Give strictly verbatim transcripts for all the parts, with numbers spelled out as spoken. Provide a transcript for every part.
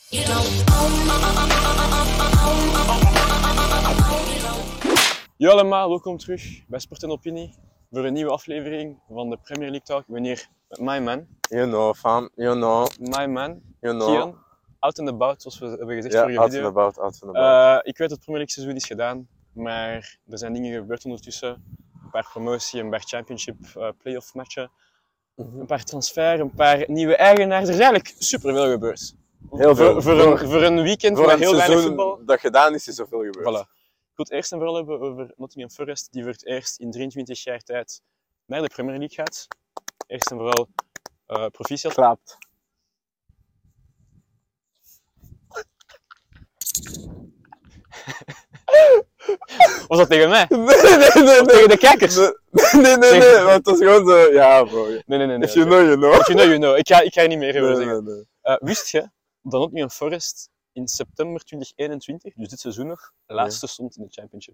Yo allemaal, welkom terug bij Sport en Opinie voor een nieuwe aflevering van de Premier League Talk. Ik ben hier met my man, You know, fam. You know. my man, You know. Kian. Out and about, zoals we hebben gezegd Ja, voor je out video. and about, out and about. Uh, ik weet dat het Premier League seizoen is gedaan, maar er zijn dingen gebeurd ondertussen. Een paar promotie, een paar championship uh, playoff matchen, Mhm. een paar transfer, een paar nieuwe eigenaars. Er is eigenlijk superveel gebeurd. Heel veel. Voor, voor, een, voor een weekend Voor met een heel weinig seizoen voetbal. dat gedaan is, is zoveel gebeurd. Voilà. Ik wil het eerst en vooral hebben over Nottingham Forest, die voor het eerst in drieëntwintig jaar tijd naar de Premier League gaat. Eerst en vooral uh, proficiat. Klaapt. Was dat tegen mij? Nee, nee, nee, nee. Of tegen de kijkers? Nee, nee, nee, nee. Want het was gewoon zo. Ja, bro. Nee, nee, nee. nee If you oké. know, you know. If you know, you know. Ik ga, ik ga er niet meer over Nee, zeggen. nee, nee. Uh, wist je dat Nottingham Forest in september twintig eenentwintig, dus dit seizoen nog, laatste stond in de Championship?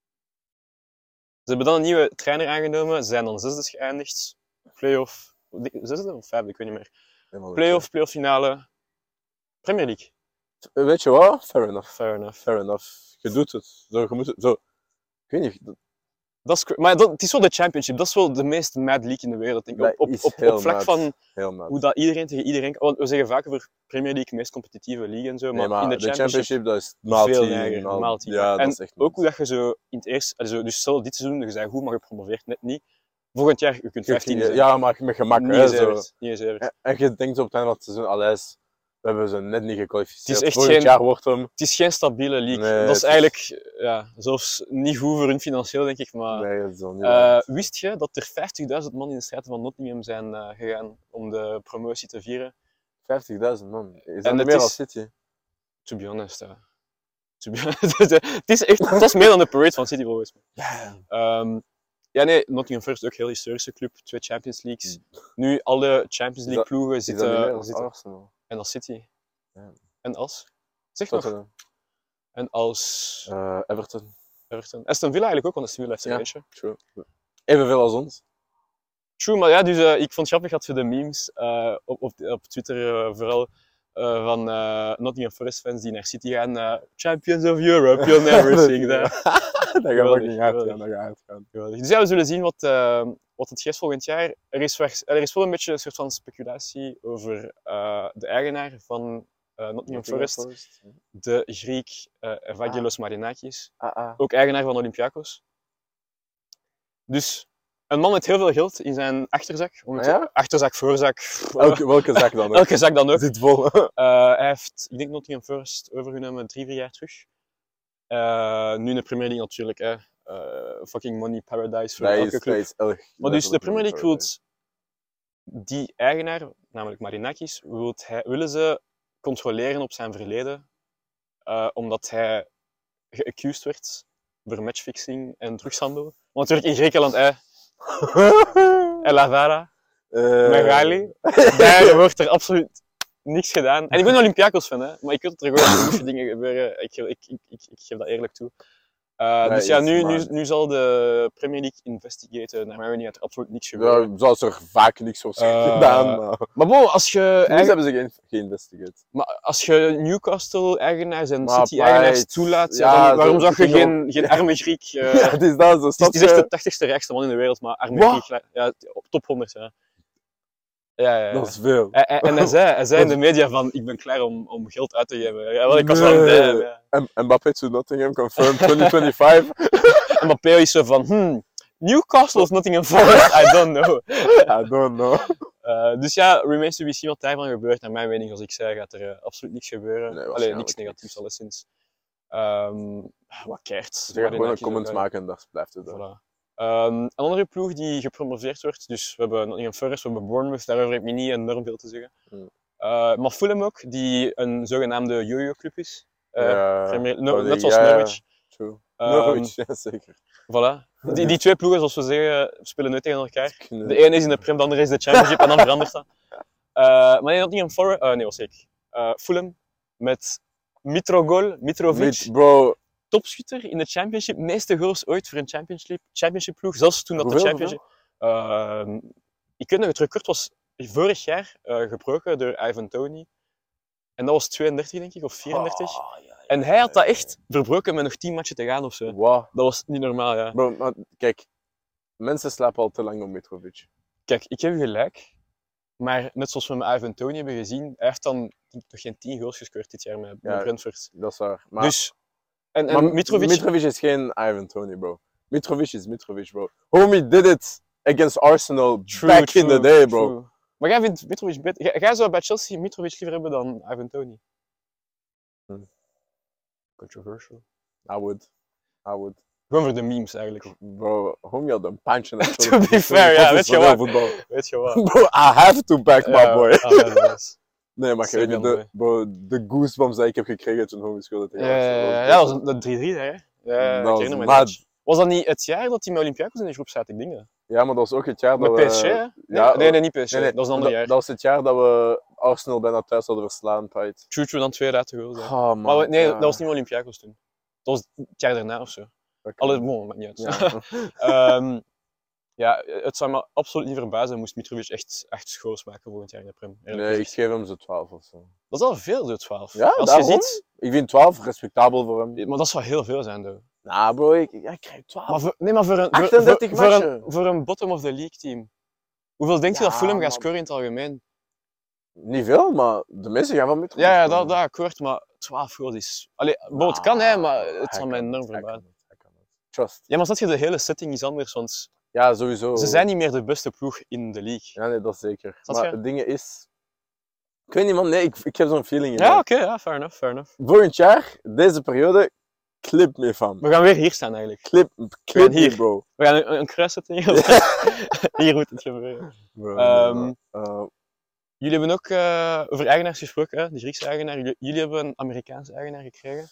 Ze hebben dan een nieuwe trainer aangenomen, ze zijn dan zesde geëindigd. Playoff, zesde of vijfde, ik weet niet meer. Helemaal Playoff, playoff finale, Premier League. oké. Weet je wat? Fair enough. Fair enough. Fair enough. Je doet het. Zo, je moet het. Zo. Ik weet niet. dat- Dat is, cra- maar dat, het is wel de Championship, dat is wel de meest mad league in de wereld. Denk ik. Dat Op, op, is op, heel op vlak mad. van Heel mad. hoe dat iedereen tegen iedereen. Want we zeggen vaak over Premier League, meest competitieve league en zo. Maar, Nee, maar in de, de Championship, championship, dat is maal veel tien, neger, maal- maal tien. Ja, en dat is echt ook hoe dat je zo in het eerst, also, dus stel dit seizoen, je bent goed, maar gepromoveerd net niet. Volgend jaar, je kunt vijftien zijn. Ja, maar met gemak. niet Hè, zo. gezeverd, niet gezeverd. En- En je denkt zo op het einde van het seizoen, alles, we hebben ze net niet gekwalificeerd. Het is echt Volgend geen- jaar wordt hem. Het is geen stabiele league. Nee, dat het is is- eigenlijk ja, zelfs niet goed voor hun financieel, denk ik. Maar Nee, dat is zo niet. Uh, waar. wist je dat er vijftigduizend man in de straten van Nottingham zijn uh, gegaan om de promotie te vieren? vijftigduizend man. Is En dat niet het meer is- als City? To be honest. Uh, to be honest. het is echt, dat is meer dan de parade van City volgens mij. Ja. Um, ja, nee, Nottingham Forest ook een heel historische club. Twee Champions Leagues. Nu alle Champions League dat- ploegen Is dat niet meer zitten, als zitten. Arsenal? En als City. Ja. En als? Zeg nog. Tottenham. En als Eh, Everton. Everton. Aston Villa eigenlijk ook, want Aston Villa heeft er Ja. eentje. True. Evenveel als ons. True, maar ja, dus uh, ik vond het grappig dat ze de memes uh, op, op, op Twitter uh, vooral uh, van uh, Nottingham Forest fans die naar City gaan. Uh, Champions of Europe, you'll never sing that. Dat gaat ook Geweldig, niet hard geweldig. gaan. Dat gaat hard gaan. Geweldig. Dus ja, we zullen zien wat, uh, wat het geeft volgend jaar. Er is, weg, er is wel een beetje een soort van speculatie over uh, de eigenaar van uh, Nottingham Forest, de Griek uh, Evangelos Marinakis, Ah, ah. ook eigenaar van Olympiakos. Dus een man met heel veel geld in zijn achterzak. Om het- Ah, ja? Achterzak, voorzak. Elke, welke zak dan ook? Elke zak dan ook. Zit vol. Uh, hij heeft, ik denk Nottingham Forest overgenomen drie, vier jaar terug. Uh, nu in de Premier League natuurlijk, hè. Uh, fucking money paradise voor Dat elke is, club. dat is erg. Maar dus de letterlijk Premier League een wil die eigenaar, namelijk Marinakis, wilt hij, willen ze controleren op zijn verleden, uh, omdat hij geaccused werd voor matchfixing en drugshandel. Want natuurlijk in Griekenland, hè, El Avara, Eh, Megali, daar wordt er absoluut niks gedaan. En ik ben een Olympiakos fan, hè, maar ik weet dat er gewoon goede dingen gebeuren. Ik, ik, ik, ik, ik geef dat eerlijk toe. Uh, Nee, dus ja, iets, nu, maar- nu, nu zal de Premier League investigaten. Naar mijn mening gaat er absoluut niks gebeuren. Ja, zoals er vaak niks wordt Eh, gedaan. Maar... Maar bon, als je, Soms eigen- hebben ze geen, geïnvestigeerd. maar als je Newcastle-eigenaars en Maar City-eigenaars Bright, toelaat, ja, ja, dan, waarom zo- zou je ging geen, op- geen arme Griek... uh, Ja, het is dat zo. het, is, Snap het is echt je? de tachtigste rijkste man in de wereld, maar arme Wat? Griek... Ja, op top honderd, ja. Ja, ja, ja. Dat is veel. En, en- en hij zei, hij zei in de media van, ik ben klaar om, om geld uit te geven. Ja, wel, ik was wel Nee. damn, ja. En Mbappé to Nottingham confirmed twinty twenty-five. En Mbappé is zo van, hmm, Newcastle of Nottingham Forest, I don't know. I don't know. Uh, dus ja, remains to be seen wat daarvan gebeurt. Naar mijn mening, zoals ik zei, gaat er uh, absoluut niks gebeuren. Nee, Allee, waarschijnlijk niks negatiefs niks. alleszins. Um, wat keert. Ze gaan gewoon een comment maken en dat blijft het dan. Voilà. Um, een andere ploeg die gepromoveerd wordt, dus we hebben Nottingham Forest, we hebben Bournemouth, daarover heb ik niet enorm veel te zeggen. Hmm. Uh, maar Fulham ook, die een zogenaamde yo-yo-club is. Uh, Ja, Premier- no- oh, die- net zoals ja, Norwich. True. Um, Norwich, ja zeker. Voilà. Die, die twee ploegen, zoals we zeggen, spelen nooit tegen elkaar. Nee. De ene is in de Prem, de andere is de Championship en dan verandert dat. Uh, maar nee, Nottingham Forest, uh, nee, was ik. Uh, Fulham met Mitrogol, Mitrovic, Mit- Bro, topschutter in de Championship, meeste goals ooit voor een Championship, championship ploeg, zelfs toen dat de Hoeveel, Championship. Uh, ik weet nog, het record was vorig jaar uh, gebroken door Ivan Toney. En dat was tweeëndertig, denk ik, of vierendertig. Ah, ja, ja, En hij had dat ja, ja. echt verbroken met nog tien matchen te gaan of zo. Wow. Dat was niet normaal, ja. Bro, maar kijk, mensen slapen al te lang op Mitrovic. Kijk, ik heb gelijk. Maar net zoals we met Ivan Toney hebben gezien, hij heeft dan toch geen tien goals gescoord dit jaar met, met Ja, Brentford. Dat is waar. Maar, Dus, en, en maar Mitrovic... Mitrovic is geen Ivan Toney, bro. Mitrovic is Mitrovic, bro. Homie did it against Arsenal True, back true, in the day, bro. true. Maar jij vindt Mitrovic beter... Jij, jij zou bij Chelsea Mitrovic liever hebben dan Ivan Toney. Hmm. Controversial. I would. I would. Gewoon voor de memes eigenlijk. Bro, homie had een pandje net To be fair, ja, weet je wat? voetbal. Weet je wat? Bro, I have to back my Ja, boy. ah, ja, dat is- Nee, maar je Zeker weet niet, mooi. de, bro, de goosebumps die ik heb gekregen toen homie speelde tegen Ja, Arsenal. ja, ja, dat was een drie drie, hè? Ja, Dat ik was herinner me mad. dat. Was dat niet het jaar dat hij met Olympiakos in de groep zat? Ik denk dat. Ja, maar dat was ook het jaar dat Met we... P S G, hè? Nee, ja, nee, nee, niet P S G. Nee, nee, dat was een ander jaar. Dat was het jaar dat we Arsenal bijna thuis hadden verslaan, Pait. True, true, dan twee laten goals. hè. Oh, man. Maar we- nee, ja. dat was niet met Olympiakos toen. Dat was het jaar daarna of zo. Oké. Alle, bon, maakt niet uit. Ja. Ehm, ja, het zou me absoluut niet verbazen moest Mitrovic echt, echt schoos maken volgend jaar in de Prem. eerlijk Nee, ik gezegd. geef hem zo twaalf of zo. Dat is al veel, zo twaalf. Ja, Als daarom. je ziet, Ik vind twaalf respectabel voor hem. maar dat zou heel veel zijn, though. Nou, bro, ik, ja, ik krijg twaalf. Maar voor, nee, maar voor een, voor- achtendertig voor, voor, matchen. een, voor een bottom of the league team. Hoeveel denk je Ja, dat Fulham gaat maar- scoren in het algemeen? Niet veel, maar de meeste gaan van Mitrovic. Ja, ja komen. dat, dat akkoord, maar twaalf goals is... Allee, bon, het kan hè, maar Ah, het hij zal mij kan enorm het, hij verbazen. kan het, hij kan het. Trust. Ja, maar snap je, de hele setting is anders, want Ja, sowieso. ze zijn niet meer de beste ploeg in de league. Ja, nee, dat is zeker. Snap maar je? het ding is... Ik weet niet, man. Nee, ik, ik heb zo'n feeling in Ja, mij. oké, ja, fair enough, fair enough. Volgend jaar, deze periode, clip me, fam. We gaan weer hier staan eigenlijk. Clip, clip hier. me, bro. We gaan een, een kruis zetten hier. Hier moet het gebeuren. Bro, Ehm, eh, Jullie hebben ook uh, over eigenaars gesproken, hè? De Griekse eigenaar. Jullie, jullie hebben een Amerikaanse eigenaar gekregen.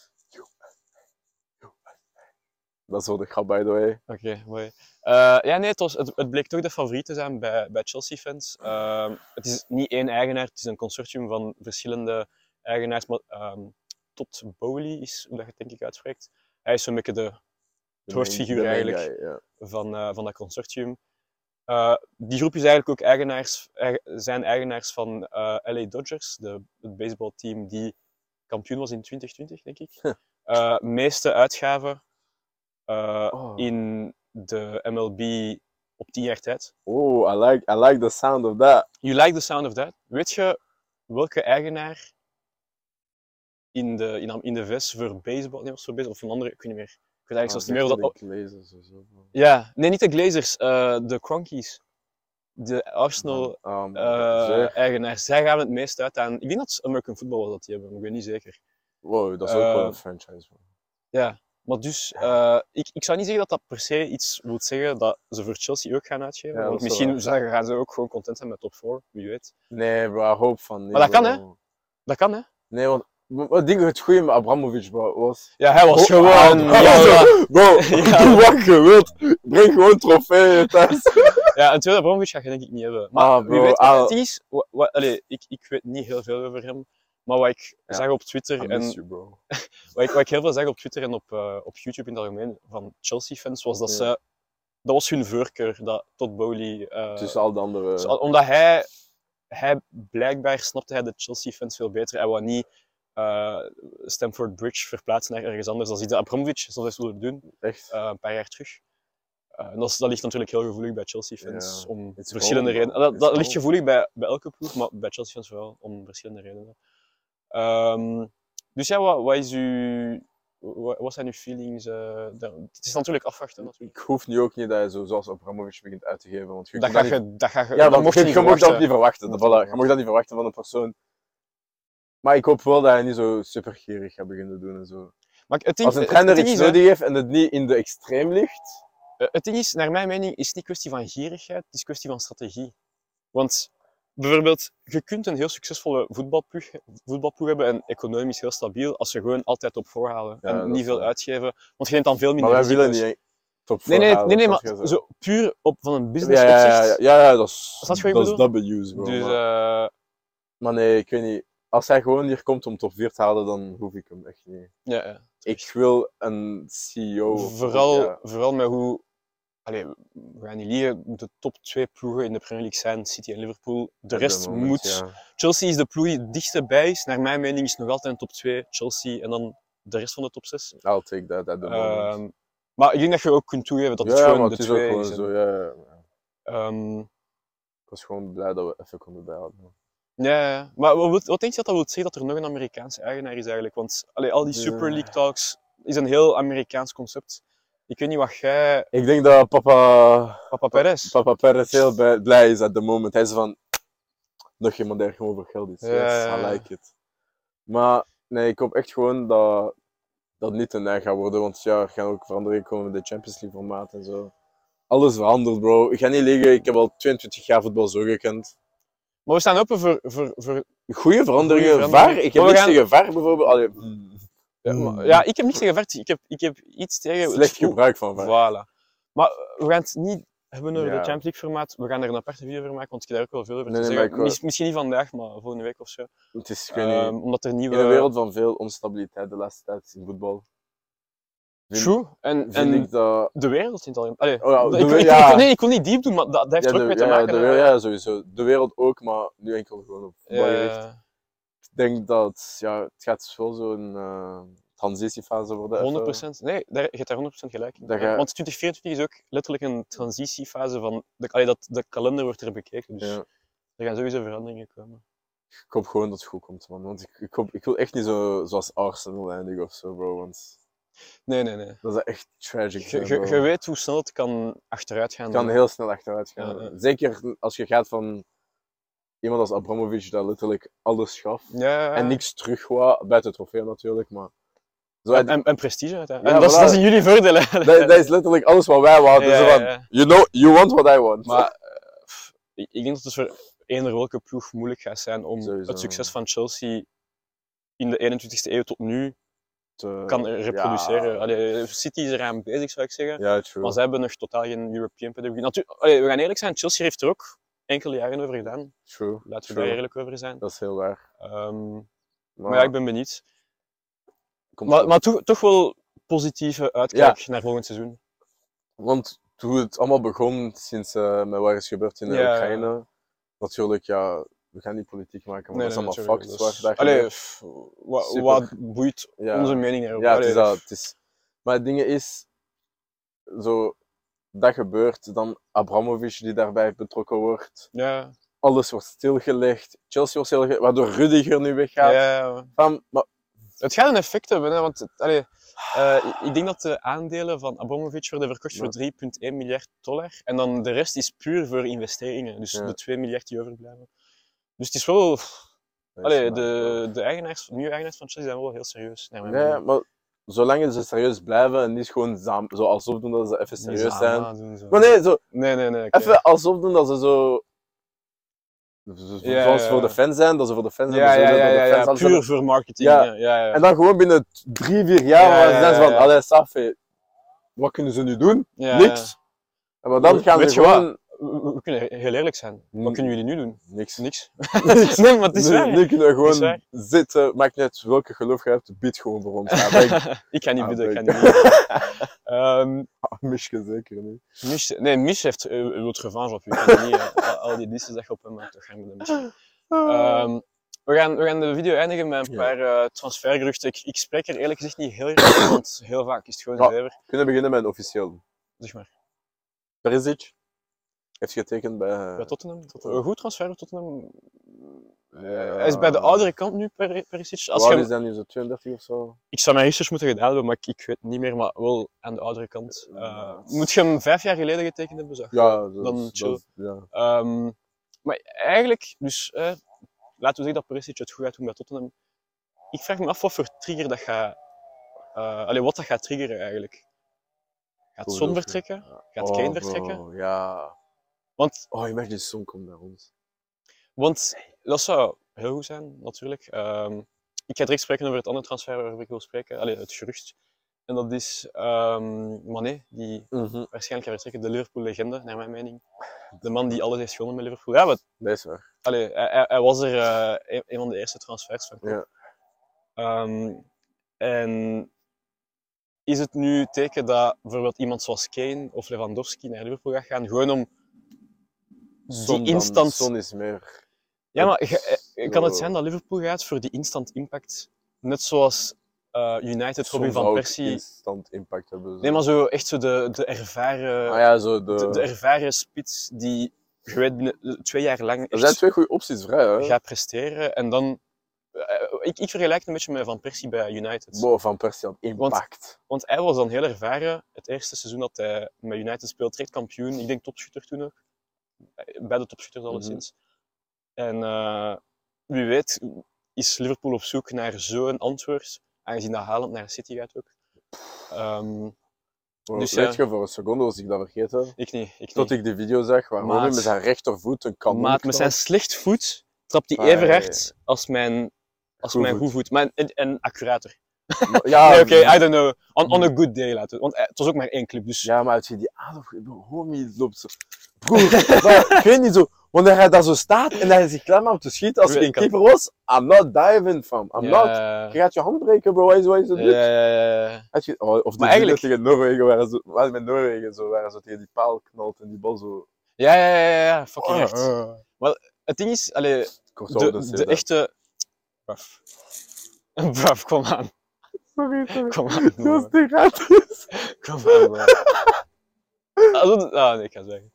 dat is wel de grap, by the way. Oké, okay, mooi. Uh, ja, nee, het, was, het, het bleek toch de favoriet te zijn bij, bij Chelsea-fans. Uh, het is niet één eigenaar, het is een consortium van verschillende eigenaars. Maar, um, Todd Bowley is hoe dat je het denk ik uitspreekt. Hij is zo'n beetje de, het hoofdfiguur eigenlijk guy, yeah. van, uh, van dat consortium. Uh, die groep is eigenlijk ook eigenaars, zijn eigenaars van uh, L A Dodgers, de, het baseballteam die kampioen was in twintig twintig, denk ik. Uh, meeste uitgaven uh, oh. in de M L B op tien jaar tijd. Oh, I like, I like the sound of that. You like the sound of that? Weet je welke eigenaar in de, in, in de V S voor baseball, nee, was voor baseball of een andere, ik weet niet meer. Ik weet eigenlijk zelfs niet meer dat... dat... Glazers of zo. Ja, nee, niet de Glazers, uh, de Cronkies. De Arsenal oh, man, uh, eigenaars. Zij gaan het meest uit aan... Ik denk dat American Football was dat die hebben, maar ik weet niet zeker. Wow, dat is ook uh, wel een franchise. Man. Ja, maar dus, uh, ik, ik zou niet zeggen dat dat per se iets wil zeggen dat ze voor Chelsea ook gaan uitgeven. Ja, want misschien wel. gaan ze ook gewoon content zijn met top vier, wie weet. Nee, bro, I hope van niet. Maar dat bro. kan, hè? Dat kan, hè? Nee, want wat ding het goede met Abramovic, bro, was... Ja, hij was oh, gewoon... Ah, ja, ja. Bro, ja. doe wat je wilt. Breng gewoon trofeeën thuis. Ja, een tweede Abramovic ga je denk ik niet hebben. Maar ah, bro, wie weet, ah. het is... Wat, wat, allez, ik, ik weet niet heel veel over hem. Maar wat ik ja. zag op Twitter en... You, bro. wat, ik, wat ik heel veel zag op Twitter en op, uh, op YouTube in het algemeen van Chelsea-fans, was dat ja. ze... Dat was hun voorkeur, dat Todd Bowley... Uh, Tussen al de andere... Dus, omdat hij... Hij blijkbaar snapte hij de Chelsea-fans veel beter. Hij wou niet uh, Stamford Bridge verplaatsen naar ergens anders. Dat is iets dat Abramovic zelfs wilde doen. Echt? Uh, een paar jaar terug. Uh, en dat, is, dat ligt natuurlijk heel gevoelig bij Chelsea-fans. Ja. Om It's verschillende home, redenen. Dat, dat ligt home. gevoelig bij, bij elke ploeg, maar bij Chelsea-fans vooral om verschillende redenen. Um, dus ja, wat, wat is uw... Wat, wat zijn uw feelings? Uh, daar, het is natuurlijk afwachten. Natuurlijk. Ik hoef nu ook niet dat je zo zoals Abramovic begint uit te geven. Want je dat, ga je, niet... dat ga je... Ja, dat mocht je, je, je mocht dat niet niet verwachten. Dat voilà, je mocht dat niet verwachten van een persoon. Maar ik hoop wel dat hij niet zo supergierig gaat beginnen doen en zo. Maar het ding, Als een trainer het, het iets is, nodig heeft en het niet in de extreem ligt... Uh, het ding is, naar mijn mening, is het niet kwestie van gierigheid, het is kwestie van strategie. Want bijvoorbeeld, je kunt een heel succesvolle voetbalploeg, voetbalploeg hebben en economisch heel stabiel, als ze gewoon altijd top voor halen ja, en niet veel waar. uitgeven. Want je neemt dan veel minder Maar wij risico's. willen niet top Nee, nee, halen, nee, nee, maar zo. zo puur op, van een business ja, ja, ja, opzicht. ja, ja, dat is, dat is, dat is W's, bro. Dus, maar. uh... maar nee, ik weet niet. Als hij gewoon hier komt om top vier te halen, dan hoef ik hem echt niet. Ja, ja. Ik wil een C E O. Vooral, ja. vooral met hoe allee, we gaan niet liegen, de top twee ploegen in de Premier League zijn City en Liverpool. De Op rest dit moment, moet... ja. Chelsea is de ploeg die het dichtste bij is. Naar mijn mening is het nog altijd een top twee. Chelsea en dan de rest van de top zes. I'll take that at the moment. Ehm, maar ik denk dat je ook kunt toegeven dat ja, het gewoon maar de het is ook twee gewoon is. zo, ja. ja, ja. Ehm, Ik was gewoon blij dat we even konden bijhouden. ja, ja. Maar wat, wat denk je dat dat wil zeggen dat er nog een Amerikaanse eigenaar is eigenlijk? Want allee, al die De- Super League talks is een heel Amerikaans concept. Ik weet niet wat jij... Ik denk dat papa, Papa Perez. papa Perez heel bij- blij is at the moment. Hij is van, nog iemand die er gewoon voor geld is. Ja, Yes, ja, ja. I like it. Maar nee, ik hoop echt gewoon dat dat niet te neig gaat worden. Want ja, er gaan ook veranderingen komen in de Champions League formaat en zo. Alles verandert, bro. Ik ga niet liegen, ik heb al tweeëntwintig jaar voetbal zo gekend. Maar we staan open voor... voor, voor Goeie veranderingen. Goeie veranderingen. V A R, ik heb Maar we niks gaan- tegen V A R bijvoorbeeld. Allee, ja, Hmm. maar- ja, ik heb niks tegen Vert. Ik heb, ik heb iets tegen... het slecht voet- gebruik van V A R. Voilà. Maar we gaan het niet hebben over Ja. de Champions League formaat. We gaan er een aparte video over maken, want ik heb daar ook wel veel over Nee, te nee, zeggen. maar ik wou- Mis- misschien niet vandaag, maar volgende week of zo. Het is, ik weet niet, Ehm, omdat er nieuwe... in een wereld van veel onstabiliteit de laatste tijd in voetbal. Vind, True. En, vind en ik dat... de wereld in het algemeen. Allee, Oh ja, ik, de ik, we- ik- ja. ik- nee, ik wil niet diep doen, maar dat, dat heeft Ja, er ook de, mee te ja, maken. de, hè. ja, sowieso. De wereld ook, maar nu enkel gewoon op voetbal gericht. Ja, Ik denk dat ja, het gaat wel zo'n uh, transitiefase worden. honderd even. procent. Nee, daar, je hebt daar honderd procent gelijk in. Dat Ja, ga- want twintig vierentwintig is ook letterlijk een transitiefase van... De, allee, dat, de kalender wordt er bekeken, dus Ja. er gaan sowieso veranderingen komen. Ik hoop gewoon dat het goed komt, man. Want ik, ik, hoop, ik wil echt niet zo zoals Arsenal eindigen of zo, bro. Want Nee, nee, nee. dat is echt tragic. Je, zijn, je, bro. je weet hoe snel het kan achteruit gaan. Het kan hè. heel snel achteruit gaan. Ja, ja. Zeker als je gaat van iemand als Abramovic, dat letterlijk alles gaf. Ja, En niks terug wou, buiten het trofee natuurlijk, maar... Zo, En, en, en prestige uiteindelijk. Ja, En dat, is, voilà. dat is in jullie voordeel. hè. dat, dat is letterlijk alles wat wij wouden. Ja, Zo ja, van, ja. you know, you want what I want. Maar eh, pff, ik ik denk dat het voor eender welke ploeg moeilijk gaat zijn om Sowieso. het succes van Chelsea in de eenentwintigste eeuw tot nu Te- kan reproduceren. Ja, Allee, City is eraan bezig, zou ik zeggen. ja true. Maar ze hebben nog totaal geen European pedagogie. Natuurlijk, allee, we gaan eerlijk zijn, Chelsea heeft er ook enkele jaren over gedaan. True. Laten we True. daar eerlijk over zijn. Dat is heel waar. Ehm, Maar, maar ja, ik ben benieuwd. komt Maar, goed. maar toch, toch wel positieve uitkijk naar volgend seizoen. Want toen het allemaal begon, sinds uh, met wat er is gebeurd in de Ja. Oekraïne, natuurlijk, ja, we gaan niet politiek maken, maar dat is allemaal natuurlijk, facts. dat is- waar daar Allee, gebeurt. pff, wat, Super. wat boeit Ja. onze mening daarover? Ja, het is Allee, dat. Het is... Maar het ding is, zo, dat gebeurt, dan Abramovic die daarbij betrokken wordt, Ja, alles wordt stilgelegd, Chelsea wordt stilgelegd, waardoor Rudiger nu weggaat. ja, Van, maar, het gaat een effect hebben, hè, want het- allee, eh, ik- ik denk dat de aandelen van Abramovich worden verkocht voor Ja. drie komma één miljard dollar. En dan de rest is puur voor investeringen, dus Ja. de twee miljard die overblijven. Dus het is wel... dat is Allee, waar, de, de eigenaars, nieuwe eigenaars van Chelsea zijn wel heel serieus. Naar mijn Nee, mening. maar zolang ze serieus blijven en niet gewoon zaam, zo alsof doen dat ze even Niet serieus zo zijn. aandoen, zo. Maar nee, zo, Nee, nee, nee. oké. even alsof doen dat ze zo. zo- Ja, zoals ja. voor de fans zijn, dat ze voor de fans zijn. Ja, dat ze ja, zo ja, voor de ja, fans ja, zijn, puur zo- voor marketing. Ja. Ja, ja, ja. En dan gewoon binnen t- drie, vier jaar, Ja, ja, ja, zijn ze ja, van, ja. allee, Safi, wat kunnen ze nu doen? Ja, Niks. En maar dan We- gaan weet ze je gewoon. We, we kunnen heel eerlijk zijn. Hmm. Wat kunnen jullie nu doen? Niks. Niks. Niks. nee, maar het is nu, waar. nu kunnen we Het is gewoon waar. zitten, maakt niet uit welke geloof je hebt, bid gewoon voor ons. Ja, ik, ik ga niet Ah, bidden, ik ga ben- niet bidden. Ehm, Mischke zeker niet. Mich, nee, Mich heeft uh, wil revanche op u. Ik kan niet, eh, al, al die disses dat je op hem maakt, toch gaan met de Mich. Ehm, we, gaan, we gaan de video eindigen met een Ja. paar uh, transfergeruchten. Ik, ik spreek er eerlijk gezegd niet heel graag over, want heel vaak is het gewoon Ja. een lever. Kunnen we beginnen met een officieel. Zeg maar. Perisic heeft getekend bij. Bij Tottenham. Tottenham. Een goed transfer voor Tottenham. Ja. Hij is bij de oudere kant nu, Per- Perisic. Als Hoe je oud hem- is dat nu, zo tweeëndertig of zo? Ik zou mijn research moeten gedaan hebben, maar ik, ik weet het niet meer, maar wel aan de oudere kant. Uh, moet je hem vijf jaar geleden getekend hebben, zag je? Ja, dat Dan is- chill. dat is- ja. Ehm, maar eigenlijk, dus eh, laten we zeggen dat Perisic het goed gaat doen bij Tottenham. Ik vraag me af wat voor trigger dat gaat... Uh, allee, wat dat gaat triggeren eigenlijk. Gaat Hoe Son bedoel je? vertrekken? Gaat Oh, Kane bro, vertrekken? Ja. Want, Oh, imagine Son komt naar ons. want dat zou heel goed zijn, natuurlijk. Ehm, ik ga direct spreken over het andere transfer waarover ik wil spreken. Allee, het gerucht. En dat is um, Mané, die waarschijnlijk gaat vertrekken. De Liverpool-legende, naar mijn mening. De man die alles heeft gewonnen met Liverpool. Ja, wat, Dat is waar. allee, hij, hij- hij was er uh, een, een van de eerste transfers van Klopp. Ja. Ehm, en is het nu teken dat bijvoorbeeld iemand zoals Kane of Lewandowski naar Liverpool gaat gaan, gewoon om Son die dan- instant... Son is meer... Ja, maar ge- eh, kan het Zo. zijn dat Liverpool gaat voor die instant impact? Net zoals eh, United, Son Robin zou van ook Persie. instant impact hebben. Zo. Nee, maar zo echt zo de, de ervaren... Ah ja, zo de... de, de ervaren spits die je weet binnen twee jaar lang Er zijn echt twee goede opties vrij, hè. gaat presteren. En dan... eh, ik, ik vergelijk het een beetje met Van Persie bij United. Bo, Van Persie had impact. Want hij was dan heel ervaren. Het eerste seizoen dat hij met United speelde, direct kampioen. Ik denk topschutter toen ook. Bij de topschutters alleszins. En eh, wie weet is Liverpool op zoek naar zo'n antwoord. Aangezien dat Haaland naar City gaat ook. Ehm, Bro, dus weet ja. je, voor een seconde was ik dat vergeten. ik niet. Ik Tot niet. ik die video zag waar Maat. Robin met zijn rechtervoet een kanon Maat, met zijn knalt. slecht voet trapt hij Ah, even ja, ja, hard als mijn, als Goed mijn voet. goed voet. Maar en, en accurater. Ja, nee, oké, I don't know. On, on a good day laten we. Want eh, het was ook maar één clip, dus... ja, maar als je die adem... Bro, homie loopt zo... Broer, maar, ik weet niet zo... Wanneer hij daar zo staat en hij zich klaar maakt om te schieten, als Ik ik een kan- keeper was, I'm not diving, fam. I'm not... ja, Je gaat je hand breken, bro. Wat is, wat is het? ja, ja, ja. Als je, oh, of de Maar maar eigenlijk- tegen Noorwegen, waar ze, waar met Noorwegen zo, waar ze tegen die paal knalt en die bal zo... Ja, ja, ja, ja, ja, fucking Oh, echt. uh, Het ding is, allee, Kort de, de echte... Bruv. Bruv, kom aan. Sorry, sorry. Kom aan, Dat bro. is te gratis. Kom aan, bro. Ah, dat- ah, nee, ik ga zeggen.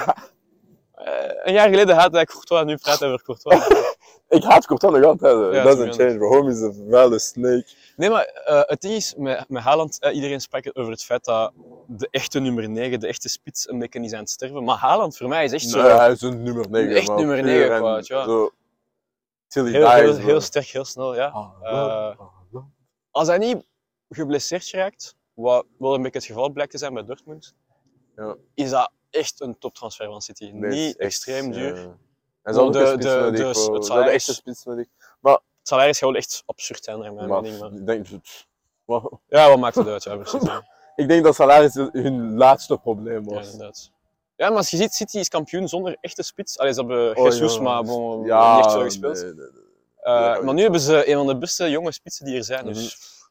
Eh, een jaar geleden haatte ik Courtois, nu praat hij over Courtois. Ik haat Courtois nog altijd. Ja, Dat doesn't tuurlijk. change, bro. Homie is een vuile snake. Nee, maar eh, het ding is, met, met Haaland, eh, iedereen sprak over het feit dat de echte nummer negen, de echte spits, een beetje is aan het sterven. Maar Haaland voor mij is echt zo... Nee, hij is een nummer negen. Echt man. nummer Puur negen, en qua, weet je wel. Zo... Till he heel, dies, heel, bro. heel sterk, heel snel, ja. Ah, Eh, ah, ah. Als hij niet geblesseerd geraakt, wat wel een beetje het geval blijkt te zijn bij Dortmund, Ja. is dat echt een toptransfer van City. Nee, het is Niet echt, extreem duur. ja. Hij zal ook De- een spits de- nodig, de- bro. het Ze hadden echt salaris- een spits nodig. Het salaris gaat wel echt absurd zijn, naar mijn Maar, mening. Maar... ik denk, wow. Ja, wat maakt het uit, ja, voor City. Ik denk dat salaris hun laatste probleem Ja, was. inderdaad. Ja, maar als je ziet, City is kampioen zonder echte spits. Allee, ze hebben Oh, Jesus, ja. maar bon, Ja, niet echt zo gespeeld. nee, nee, nee. Eh, Ja, maar ja. nu hebben ze een van de beste jonge spitsen die er zijn. Dus...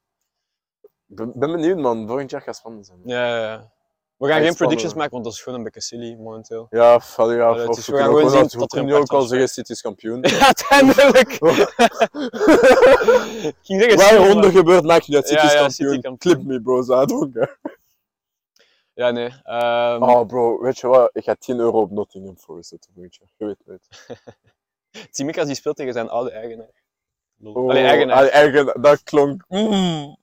Ik ben, ben benieuwd, man. Volgend jaar gaat spannend zijn. Ja, ja, ja. We gaan Echt geen predictions spannend. maken, want dat is gewoon een beetje silly momenteel. Ja, f- allee, ja, Allee, het of is- we we gaan kunnen ook gewoon wel- zien we tot er een kunnen nu ook paar al zeggen, City is kampioen. Ja, uiteindelijk! Ik ging zeggen, Waar City, onder maar- gebeurt, maakt niet uit. City Ja, is ja, kampioen. City kampioen. Clip me, bro. Ze uitdronken. Ja, nee. ehm, Oh, bro. Weet je wat? Ik ga tien euro op Nottingham Forest zetten, volgend jaar. Je weet het. Tsimikas die speelt tegen zijn oude eigenaar. Lol. Oh, Allee, eigenaar. allee, eigen- dat klonk... Mm.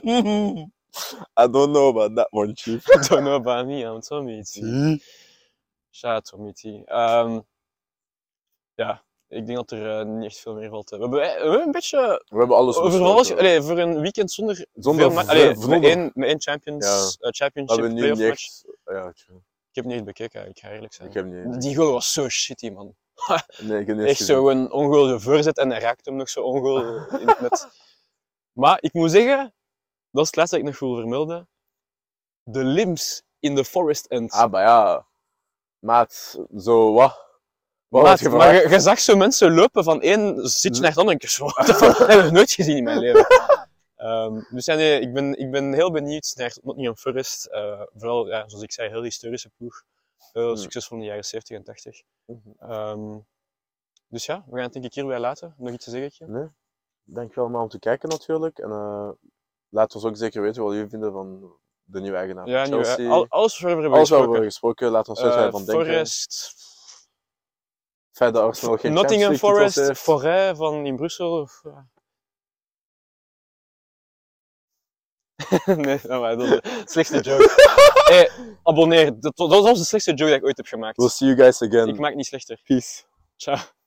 I don't know about that one, chief. I don't know about me, I'm Tommy T. Shout out Tommy T. Ehm, ja, ik denk dat er eh, niet echt veel meer valt te... We hebben, eh, we hebben een beetje... We hebben alles Over besproken. alles, allee, voor een weekend zonder... Zonder veel ma- veel- allee, met, zonder- één, met één Champions, Ja. eh, Championship Dat we nu playoff niet match. echt... Ja, tja. Ik heb niet echt bekeken, ik ga eerlijk zijn. Ik heb niet... Die goal was zo shitty, man. Nee, ik heb niet Echt gezien. zo een ongoal voorzet en hij raakt hem nog zo ongoal in het net. Maar ik moet zeggen, dat is het laatste dat ik nog wil vermelden. De limbs in de Forest End. Ah, maar ja. Maat, zo wat? Wat Maat, had je maar verwacht? je, je zag zo mensen lopen van één zitje naar het andere. Ik zo, what the fuck? Dat heb ik nooit gezien in mijn leven. Ehm, dus ja, nee, ik ben, ik ben heel benieuwd naar Nottingham Forest. Uh, vooral, ja, zoals ik zei, heel historische ploeg. Heel Hmm. succesvol in de jaren zeventig en tachtig. Mhm. Ehm, dus ja, we gaan het denk ik hierbij laten. Nog iets te zeggen? Kje? Nee. Dankjewel allemaal om te kijken natuurlijk. En uh, laat ons ook zeker weten wat jullie vinden van de nieuwe eigenaar Ja, van nu, Chelsea. hè. Al, alles waarover we hebben Alles wat we gesproken. hebben gesproken, laat ons weten wat je Eh, van denken. Forest, Het feit dat Arsenal geen Nottingham Champions League titels Forest, heeft. Forêt van in Brussel. of, ja. Nee, dat was de slechtste joke. Hey, abonneer. Dat, dat was de slechtste joke die ik ooit heb gemaakt. We'll see you guys again. Ik maak het niet slechter. Peace. Ciao.